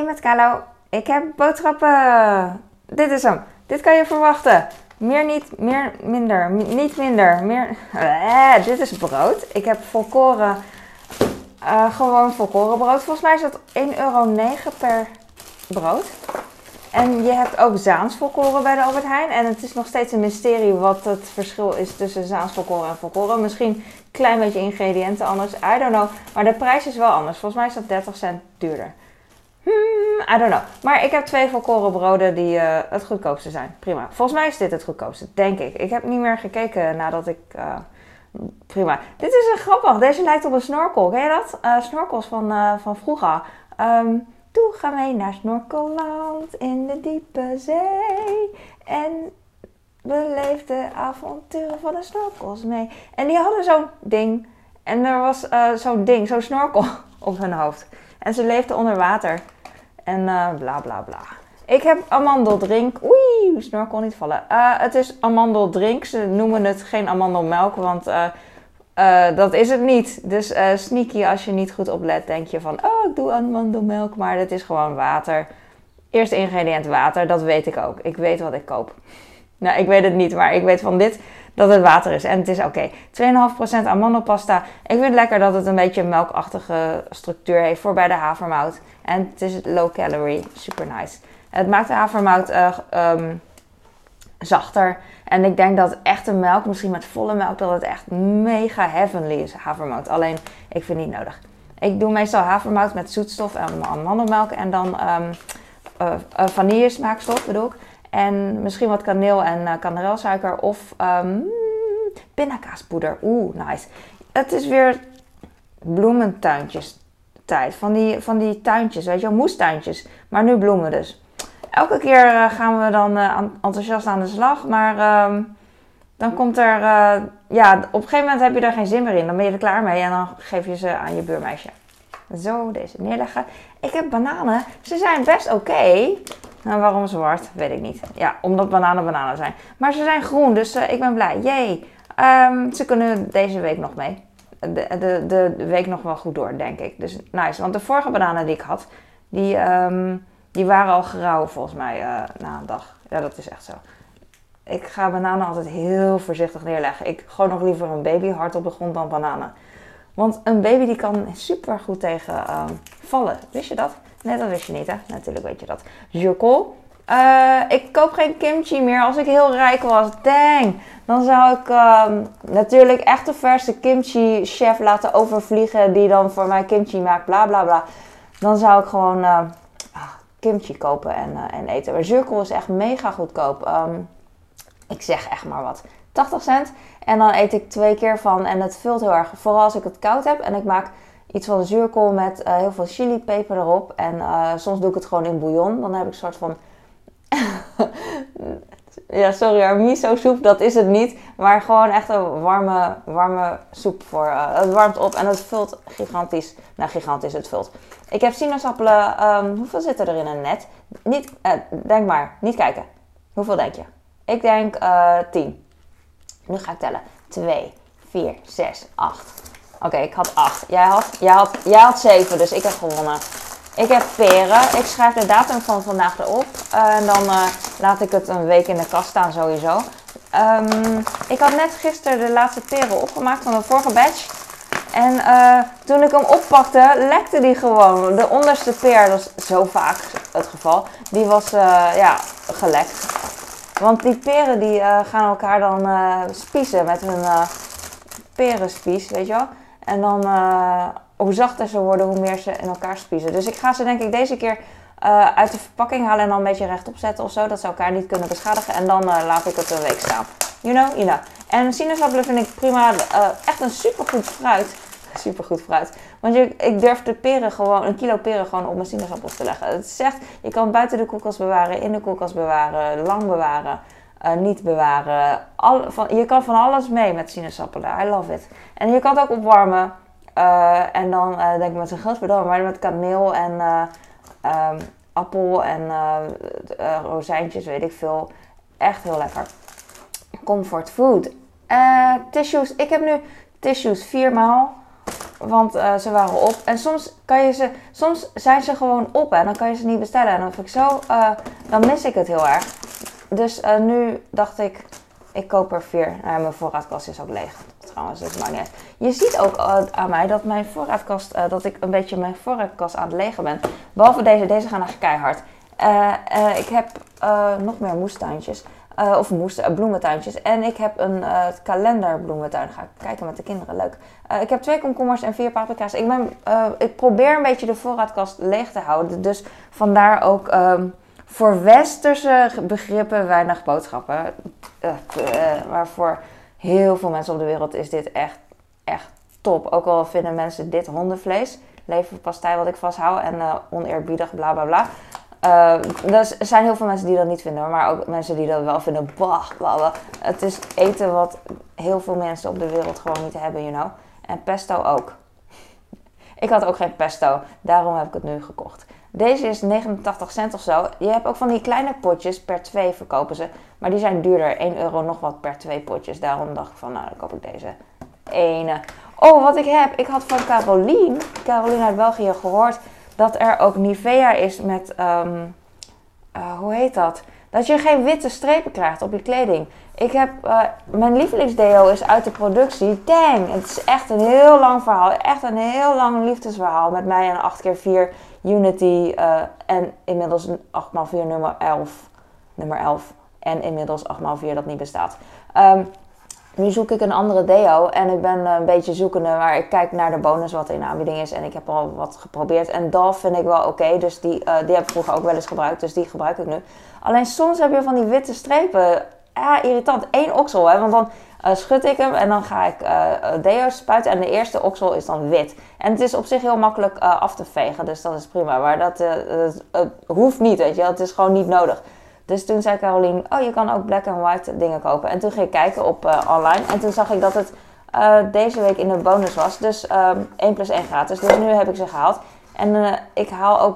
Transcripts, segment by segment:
Hey met Kalo, ik heb boodschappen. Dit is hem. Dit kan je verwachten. Meer niet, meer minder. Niet minder, meer... dit is brood. Ik heb volkoren, gewoon volkoren brood. Volgens mij is dat 1,09 euro per brood. En je hebt ook Zaans volkoren bij de Albert Heijn. En het is nog steeds een mysterie wat het verschil is tussen Zaans volkoren en volkoren. Misschien een klein beetje ingrediënten anders. I don't know. Maar de prijs is wel anders. Volgens mij is dat 30 cent duurder. I don't know. Maar ik heb 2 volkoren broden die het goedkoopste zijn. Prima. Volgens mij is dit het goedkoopste, denk ik. Ik heb niet meer gekeken nadat ik... prima. Dit is grappig. Deze lijkt op een snorkel. Ken je dat? Snorkels van vroeger. Toen gaan we naar Snorkelland in de diepe zee. En beleefden avonturen van de snorkels mee. En die hadden zo'n ding. En er was zo'n snorkel op hun hoofd. En ze leefden onder water. En bla bla bla. Ik heb amandeldrink. Oei, snorkel niet vallen. Het is amandeldrink. Ze noemen het geen amandelmelk, want dat is het niet. Dus sneaky, als je niet goed oplet, denk je van... Oh, ik doe amandelmelk, maar het is gewoon water. Eerste ingrediënt water, dat weet ik ook. Ik weet wat ik koop. Nou, ik weet het niet, maar ik weet van dit dat het water is. En het is oké. 2,5% amandelpasta. Ik vind het lekker dat het een beetje een melkachtige structuur heeft voor bij de havermout. En het is low calorie. Super nice. Het maakt de havermout zachter. En ik denk dat echte melk, misschien met volle melk, dat het echt mega heavenly is, havermout. Alleen, ik vind het niet nodig. Ik doe meestal havermout met zoetstof en amandelmelk. En dan vanille smaakstof bedoel ik. En misschien wat kaneel en kanarelsuiker of pindakaaspoeder. Oeh, nice. Het is weer bloementuintjes tijd. Van die tuintjes, weet je wel, moestuintjes. Maar nu bloemen dus. Elke keer gaan we dan enthousiast aan de slag. Maar dan komt er... op een gegeven moment heb je er geen zin meer in. Dan ben je er klaar mee en dan geef je ze aan je buurmeisje. Zo, deze neerleggen. Ik heb bananen. Ze zijn best oké. Nou, waarom zwart? Weet ik niet. Ja, omdat bananen zijn. Maar ze zijn groen, dus ik ben blij. Yay. Ze kunnen deze week nog mee. De week nog wel goed door, denk ik. Dus nice. Want de vorige bananen die ik had, die waren al gerauwen volgens mij na een dag. Ja, dat is echt zo. Ik ga bananen altijd heel voorzichtig neerleggen. Ik gooi nog liever een babyhart op de grond dan bananen. Want een baby die kan super goed tegen vallen. Wist je dat? Nee, dat wist je niet, hè? Natuurlijk weet je dat. Jukkel. Ik koop geen kimchi meer. Als ik heel rijk was, dang. Dan zou ik natuurlijk echt de verse kimchi chef laten overvliegen. Die dan voor mij kimchi maakt, bla bla bla. Dan zou ik gewoon kimchi kopen en eten. Maar jukkel is echt mega goedkoop. Ik zeg echt maar wat. 80 cent. En dan eet ik 2 keer van. En het vult heel erg. Vooral als ik het koud heb. En ik maak iets van zuurkool met heel veel chilipeper erop. En soms doe ik het gewoon in bouillon. Dan heb ik een soort van... ja, sorry hoor. Miso soep, dat is het niet. Maar gewoon echt een warme soep. Het warmt op en het vult gigantisch. Nou, gigantisch, het vult. Ik heb sinaasappelen. Hoeveel zitten er in een net? Niet, denk maar. Niet kijken. Hoeveel denk je? Ik denk 10. Nu ga ik tellen. 2, 4, 6, 8. Oké, ik had 8. Jij had 7, dus ik heb gewonnen. Ik heb peren. Ik schrijf de datum van vandaag erop. En dan laat ik het een week in de kast staan sowieso. Ik had net gisteren de laatste peren opgemaakt van de vorige batch. En toen ik hem oppakte, lekte die gewoon. De onderste peer, dat is zo vaak het geval, die was gelekt. Want die peren die gaan elkaar dan spiezen met hun perenspies, weet je wel. En dan, hoe zachter ze worden, hoe meer ze in elkaar spiezen. Dus ik ga ze denk ik deze keer uit de verpakking halen en dan een beetje rechtop zetten of zo. Dat ze elkaar niet kunnen beschadigen. En dan laat ik het een week staan. You know. En sinaasappelen vind ik prima, echt een supergoed fruit. Supergoed fruit. Want ik durf de peren gewoon, 1 kilo peren gewoon op mijn sinaasappels te leggen. Het zegt, je kan buiten de koelkast bewaren, in de koelkast bewaren, lang bewaren, niet bewaren. Je kan van alles mee met sinaasappelen. I love it. En je kan het ook opwarmen. En dan denk ik met een groot bedal, maar met kaneel en appel en rozijntjes, weet ik veel. Echt heel lekker. Comfort food. Tissues. Ik heb nu tissues 4 maal. Want ze waren op. En soms zijn ze gewoon op en dan kan je ze niet bestellen. En dan vind ik dan mis ik het heel erg. Dus nu dacht ik koop er 4. Mijn voorraadkast is ook leeg. Trouwens, dus maakt niet uit. Je ziet ook aan mij dat mijn voorraadkast, dat ik een beetje mijn voorraadkast aan het legen ben. Behalve deze gaan echt keihard. Ik heb nog meer moestuintjes. Bloementuintjes. En ik heb een kalenderbloementuin. Ga ik kijken met de kinderen. Leuk. Ik heb 2 komkommers en 4 paprika's. Ik probeer een beetje de voorraadkast leeg te houden. Dus vandaar ook voor westerse begrippen weinig boodschappen. Maar voor heel veel mensen op de wereld is dit echt top. Ook al vinden mensen dit hondenvlees. Leverpastei wat ik vasthoud. En oneerbiedig bla bla bla. Er zijn heel veel mensen die dat niet vinden, maar ook mensen die dat wel vinden. Bah, blah, blah. Het is eten wat heel veel mensen op de wereld gewoon niet hebben, you know. En pesto ook. Ik had ook geen pesto, daarom heb ik het nu gekocht. Deze is 89 cent of zo. Je hebt ook van die kleine potjes, per 2 verkopen ze. Maar die zijn duurder, 1 euro nog wat per 2 potjes. Daarom dacht ik van, nou dan koop ik deze ene. Oh, wat ik heb. Ik had van Caroline uit België gehoord dat er ook Nivea is met, hoe heet dat? Dat je geen witte strepen krijgt op je kleding. Mijn lievelingsdeo is uit de productie. Dang, het is echt een heel lang verhaal. Echt een heel lang liefdesverhaal met mij en 8x4 Unity. En inmiddels 8x4 nummer 11. En inmiddels 8x4 dat niet bestaat. Nu zoek ik een andere deo en ik ben een beetje zoekende, maar ik kijk naar de bonus wat in de aanbieding is en ik heb al wat geprobeerd. En Dove vind ik wel oké, dus die heb ik vroeger ook wel eens gebruikt, dus die gebruik ik nu. Alleen soms heb je van die witte strepen, irritant. 1 oksel, hè, want dan schud ik hem en dan ga ik deo spuiten en de eerste oksel is dan wit. En het is op zich heel makkelijk af te vegen, dus dat is prima, maar dat hoeft niet, weet je, het is gewoon niet nodig. Dus toen zei Caroline, oh je kan ook black and white dingen kopen. En toen ging ik kijken op online. En toen zag ik dat het deze week in de bonus was. Dus 1 + 1 gratis. Dus nu heb ik ze gehaald. En ik haal ook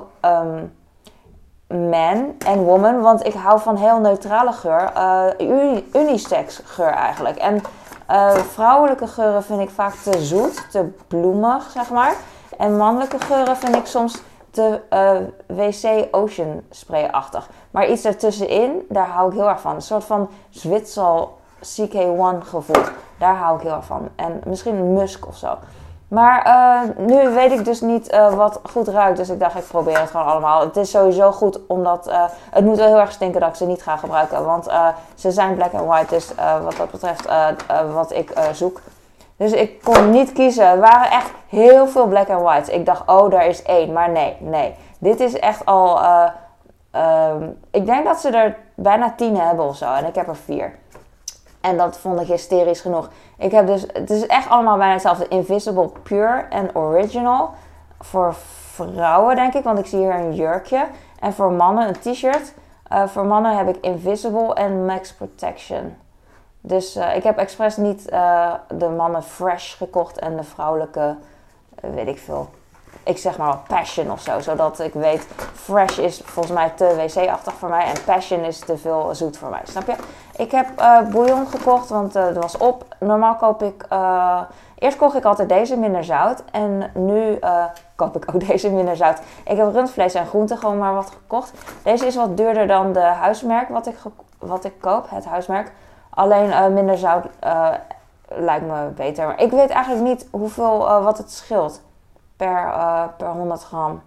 man en woman. Want ik hou van heel neutrale geur. Unisex geur eigenlijk. En vrouwelijke geuren vind ik vaak te zoet. Te bloemig, zeg maar. En mannelijke geuren vind ik soms te WC Ocean Spray-achtig. Maar iets ertussenin, daar hou ik heel erg van. Een soort van Zwitser CK1 gevoel. Daar hou ik heel erg van. En misschien musk of zo. Maar nu weet ik dus niet wat goed ruikt. Dus ik dacht, ik probeer het gewoon allemaal. Het is sowieso goed, omdat het moet wel heel erg stinken dat ik ze niet ga gebruiken. Want ze zijn black and white. Dus wat dat betreft wat ik zoek. Dus ik kon niet kiezen. Er waren echt heel veel black and whites. Ik dacht, oh, daar is 1. Maar nee. Dit is echt al... ik denk dat ze er bijna 10 hebben of zo. En ik heb er 4. En dat vond ik hysterisch genoeg. Ik heb dus... Het is echt allemaal bijna hetzelfde. Invisible Pure en Original. Voor vrouwen, denk ik. Want ik zie hier een jurkje. En voor mannen een t-shirt. Voor mannen heb ik Invisible en Max Protection. Dus ik heb expres niet de mannen fresh gekocht en de vrouwelijke, weet ik veel. Ik zeg maar passion of zo, zodat ik weet, fresh is volgens mij te wc-achtig voor mij en passion is te veel zoet voor mij, snap je? Ik heb bouillon gekocht, want het was op. Normaal koop ik, eerst kocht ik altijd deze minder zout en nu koop ik ook deze minder zout. Ik heb rundvlees en groenten gewoon maar wat gekocht. Deze is wat duurder dan de huismerk wat ik koop, het huismerk. Alleen minder zout lijkt me beter. Maar ik weet eigenlijk niet wat het scheelt per 100 gram.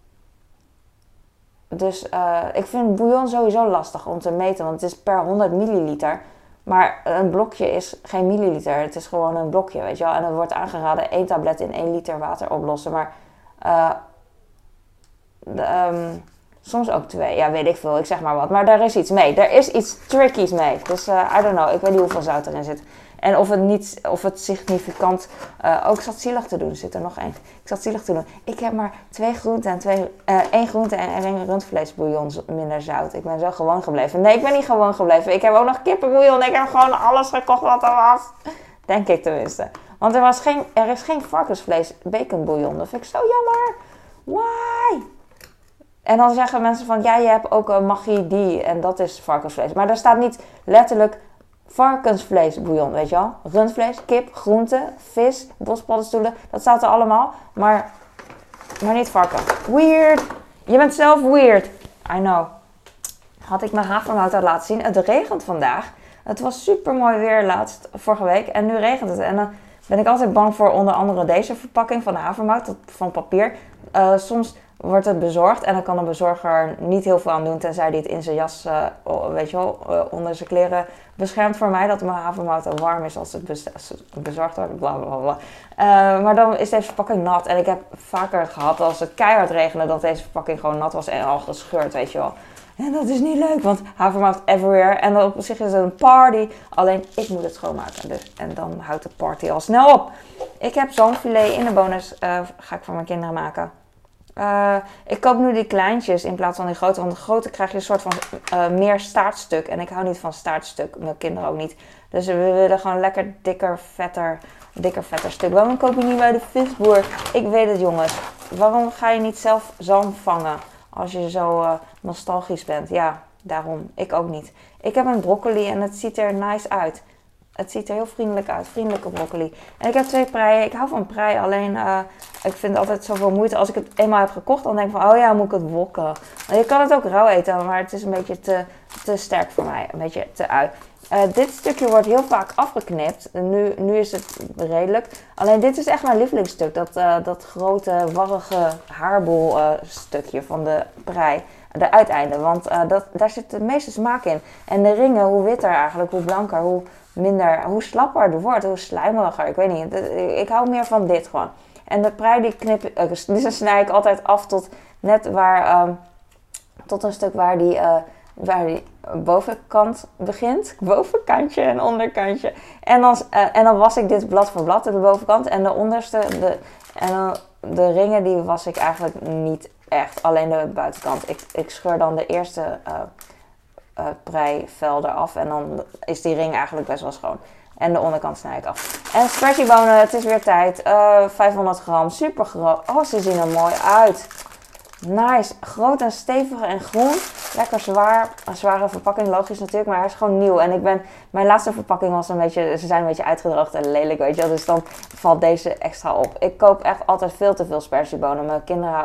Dus ik vind bouillon sowieso lastig om te meten. Want het is per 100 milliliter. Maar een blokje is geen milliliter. Het is gewoon een blokje, weet je wel. En er wordt aangeraden 1 tablet in 1 liter water oplossen. Maar soms ook 2. Ja, weet ik veel. Ik zeg maar wat. Maar daar is iets mee. Er is iets trickies mee. Dus I don't know. Ik weet niet hoeveel zout erin zit. En of het significant... ik zat zielig te doen. Er zit er nog 1. Ik zat zielig te doen. Ik heb maar 2 groenten en 1 groente en 1 rundvleesbouillon minder zout. Ik ben zo gewoon gebleven. Nee, ik ben niet gewoon gebleven. Ik heb ook nog kippenbouillon. Ik heb gewoon alles gekocht wat er was. Denk ik tenminste. Want er is geen varkensvlees baconbouillon. Dat vind ik zo jammer. Why? En dan zeggen mensen van, ja, je hebt ook magie die en dat is varkensvlees. Maar daar staat niet letterlijk varkensvleesbouillon, weet je wel. Rundvlees, kip, groenten, vis, bospaddenstoelen. Dat staat er allemaal. Maar niet varken. Weird. Je bent zelf weird. I know. Had ik mijn havermout al laten zien. Het regent vandaag. Het was super mooi weer vorige week. En nu regent het. En dan ben ik altijd bang voor onder andere deze verpakking van de havermout. Van papier. Soms wordt het bezorgd. En dan kan de bezorger niet heel veel aan doen. Tenzij hij het in zijn jas, weet je wel, onder zijn kleren beschermt voor mij. Dat mijn havermout al warm is als het bezorgd wordt. Bla bla bla. Maar dan is deze verpakking nat. En ik heb vaker gehad als het keihard regende dat deze verpakking gewoon nat was en al gescheurd, weet je wel. En dat is niet leuk, want havermout everywhere. En dan op zich is het een party. Alleen, ik moet het schoonmaken. Dus. En dan houdt de party al snel op. Ik heb zalmfilet in de bonus. Ga ik voor mijn kinderen maken. Ik koop nu die kleintjes in plaats van die grote. Want de grote krijg je een soort van meer staartstuk. En ik hou niet van staartstuk. Mijn kinderen ook niet. Dus we willen gewoon lekker dikker, vetter stuk. Waarom koop je niet bij de visboer? Ik weet het, jongens. Waarom ga je niet zelf zalm vangen? Als je zo nostalgisch bent. Ja, daarom. Ik ook niet. Ik heb een broccoli en het ziet er nice uit. Het ziet er heel vriendelijk uit. Vriendelijke broccoli. En ik heb 2 preien. Ik hou van prei. Alleen, ik vind het altijd zoveel moeite. Als ik het eenmaal heb gekocht, dan denk ik van, oh ja, moet ik het wokken. Je kan het ook rauw eten, maar het is een beetje te sterk voor mij. Een beetje te ui. Dit stukje wordt heel vaak afgeknipt. Nu is het redelijk. Alleen dit is echt mijn lievelingsstuk. Dat grote, warrige haarbol stukje van de prei. De uiteinde. Want daar zit de meeste smaak in. En de ringen, hoe witter eigenlijk, hoe blanker, hoe slapper het wordt, hoe slijmeriger. Ik weet niet. Ik hou meer van dit gewoon. En de prei die snij ik altijd af tot net tot een stuk waar die bovenkant begint. Bovenkantje en onderkantje. En dan was ik dit blad voor blad, de bovenkant. En de onderste, de ringen, die was ik eigenlijk niet echt. Alleen de buitenkant. Ik scheur dan de eerste preivel eraf. En dan is die ring eigenlijk best wel schoon. En de onderkant snij ik af. En spersiebonen, het is weer tijd. 500 gram, super groot. Oh, ze zien er mooi uit. Nice. Groot en stevig en groen. Lekker zwaar. Een zware verpakking, logisch natuurlijk. Maar hij is gewoon nieuw. En mijn laatste verpakking was ze zijn een beetje uitgedroogd en lelijk, weet je wel. Dus dan valt deze extra op. Ik koop echt altijd veel te veel spersiebonen. Mijn kinderen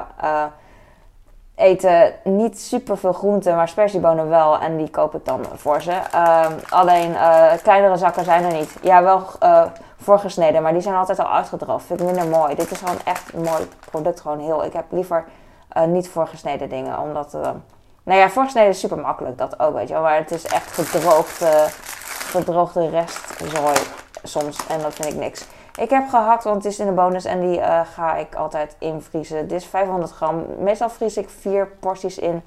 eten niet super veel groenten, maar spersiebonen wel. En die koop ik dan voor ze. Alleen kleinere zakken zijn er niet. Ja, wel voorgesneden, maar die zijn altijd al uitgedroogd. Vind ik minder mooi. Dit is gewoon echt een mooi product. Gewoon heel. Ik heb liever niet voorgesneden dingen, omdat voorgesneden is super makkelijk, dat ook, weet je wel. Maar het is echt gedroogde restzooi soms en dat vind ik niks. Ik heb gehakt, want het is in de bonus en die ga ik altijd invriezen. Dit is 500 gram. Meestal vries ik 4 porties in.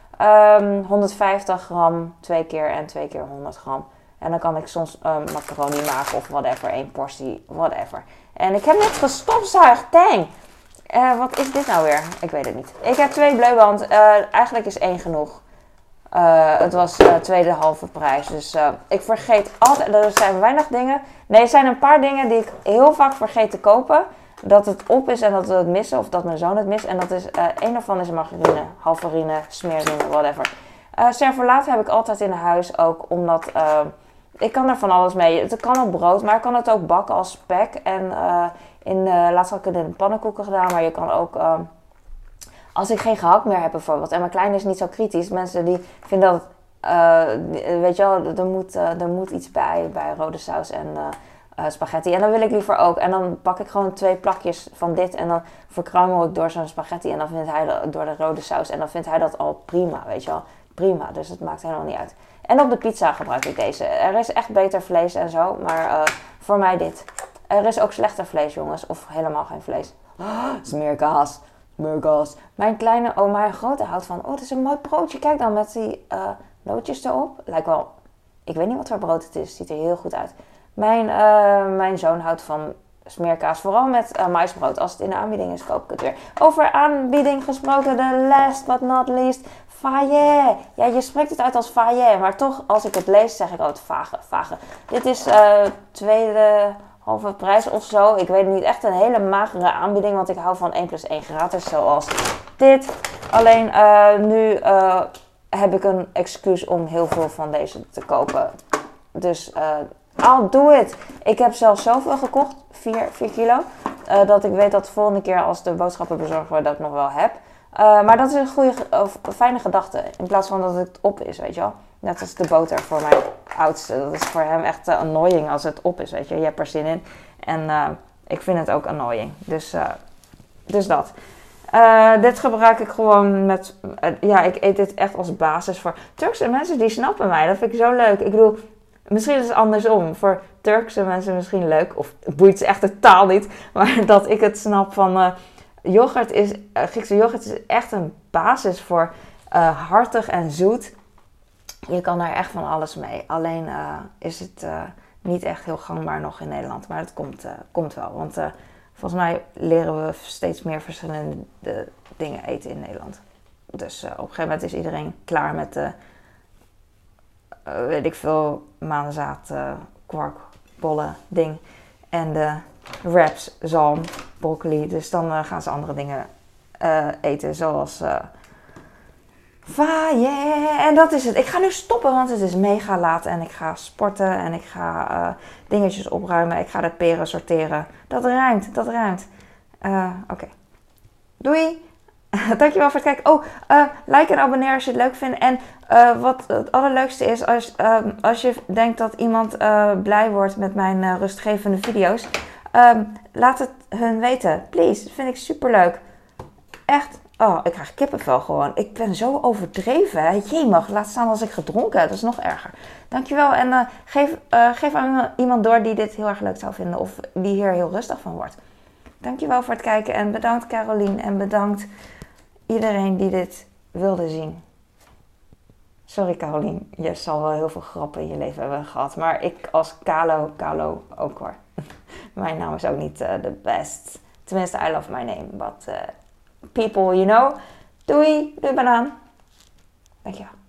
150 gram 2 keer en 2 keer 100 gram. En dan kan ik soms macaroni maken of whatever. 1 portie, whatever. En ik heb net gestofzuigd. Dang! Wat is dit nou weer? Ik weet het niet. Ik heb 2 Bleuwand. Eigenlijk is 1 genoeg. Het was tweede halve prijs. Dus ik vergeet altijd. Er zijn weinig dingen. Nee, er zijn een paar dingen die ik heel vaak vergeet te kopen. Dat het op is en dat we het missen. Of dat mijn zoon het mist. En dat is een daarvan is margarine, halverine, smeerine, whatever. Servolaat heb ik altijd in huis ook. Omdat ik kan er van alles mee. Het kan op brood, maar ik kan het ook bakken als spek. En laatst had ik het in pannenkoeken gedaan. Maar je kan ook als ik geen gehakt meer heb bijvoorbeeld. En mijn kleine is niet zo kritisch. Mensen die vinden dat weet je wel, er moet iets bij rode saus en spaghetti. En dan wil ik liever ook. En dan pak ik gewoon 2 plakjes van dit. En dan verkruimel ik door zo'n spaghetti. En dan vindt hij door de rode saus. En dan vindt hij dat al prima, weet je wel. Prima, dus het maakt helemaal niet uit. En op de pizza gebruik ik deze. Er is echt beter vlees en zo. Maar voor mij dit. Er is ook slechter vlees, jongens. Of helemaal geen vlees. Smeerkaas. Burgers. Mijn grote houdt van, het is een mooi broodje. Kijk dan met die nootjes erop. Lijkt wel, ik weet niet wat voor brood het is. Ziet er heel goed uit. Mijn zoon houdt van smeerkaas. Vooral met maisbrood. Als het in de aanbieding is, koop ik het weer. Over aanbieding gesproken, de last but not least. Faye. Ja, je spreekt het uit als Faye. Maar toch, als ik het lees, zeg ik altijd vage. Dit is tweede halve prijs of zo. Ik weet het niet. Echt een hele magere aanbieding. Want ik hou van 1 + 1 gratis. Zoals dit. Alleen nu heb ik een excuus om heel veel van deze te kopen. Dus I'll do it. Ik heb zelfs zoveel gekocht, 4 kilo. Dat ik weet dat de volgende keer als de boodschappen bezorgd worden, dat ik nog wel heb. Maar dat is een fijne gedachte. In plaats van dat het op is, weet je wel. Net als de boter voor mijn oudste. Dat is voor hem echt annoying als het op is, weet je. Je hebt er zin in. En ik vind het ook annoying. Dus dat. Dit gebruik ik gewoon met... ik eet dit echt als basis voor... Turkse mensen die snappen mij. Dat vind ik zo leuk. Ik bedoel, misschien is het andersom. Voor Turkse mensen misschien leuk. Of het boeit ze echt totaal niet. Maar dat ik het snap van... Griekse yoghurt is echt een basis voor hartig en zoet. Je kan daar echt van alles mee. Alleen is het niet echt heel gangbaar nog in Nederland. Maar het komt wel. Want volgens mij leren we steeds meer verschillende dingen eten in Nederland. Dus op een gegeven moment is iedereen klaar met de, weet ik veel, maanzaad, kwarkbollen ding. En de wraps, zalm, broccoli. Dus dan gaan ze andere dingen eten, zoals... En dat is het. Ik ga nu stoppen, want het is mega laat. En ik ga sporten en ik ga dingetjes opruimen. Ik ga de peren sorteren. Dat ruimt. Oké. Doei. Dankjewel voor het kijken. Like en abonneer als je het leuk vindt. En wat het allerleukste is, als je denkt dat iemand blij wordt met mijn rustgevende video's. Laat het hun weten. Please. Dat vind ik superleuk. Echt. Oh, ik krijg kippenvel gewoon. Ik ben zo overdreven. Jemig, laat staan als ik gedronken heb. Dat is nog erger. Dankjewel. En geef aan iemand door die dit heel erg leuk zou vinden. Of die hier heel rustig van wordt. Dankjewel voor het kijken. En bedankt Carolien. En bedankt iedereen die dit wilde zien. Sorry Carolien. Je zal wel heel veel grappen in je leven hebben gehad. Maar ik als Kalo ook hoor. Mijn naam is ook niet the best. Tenminste, I love my name. But... people, you know. Doei banaan. Dankjewel.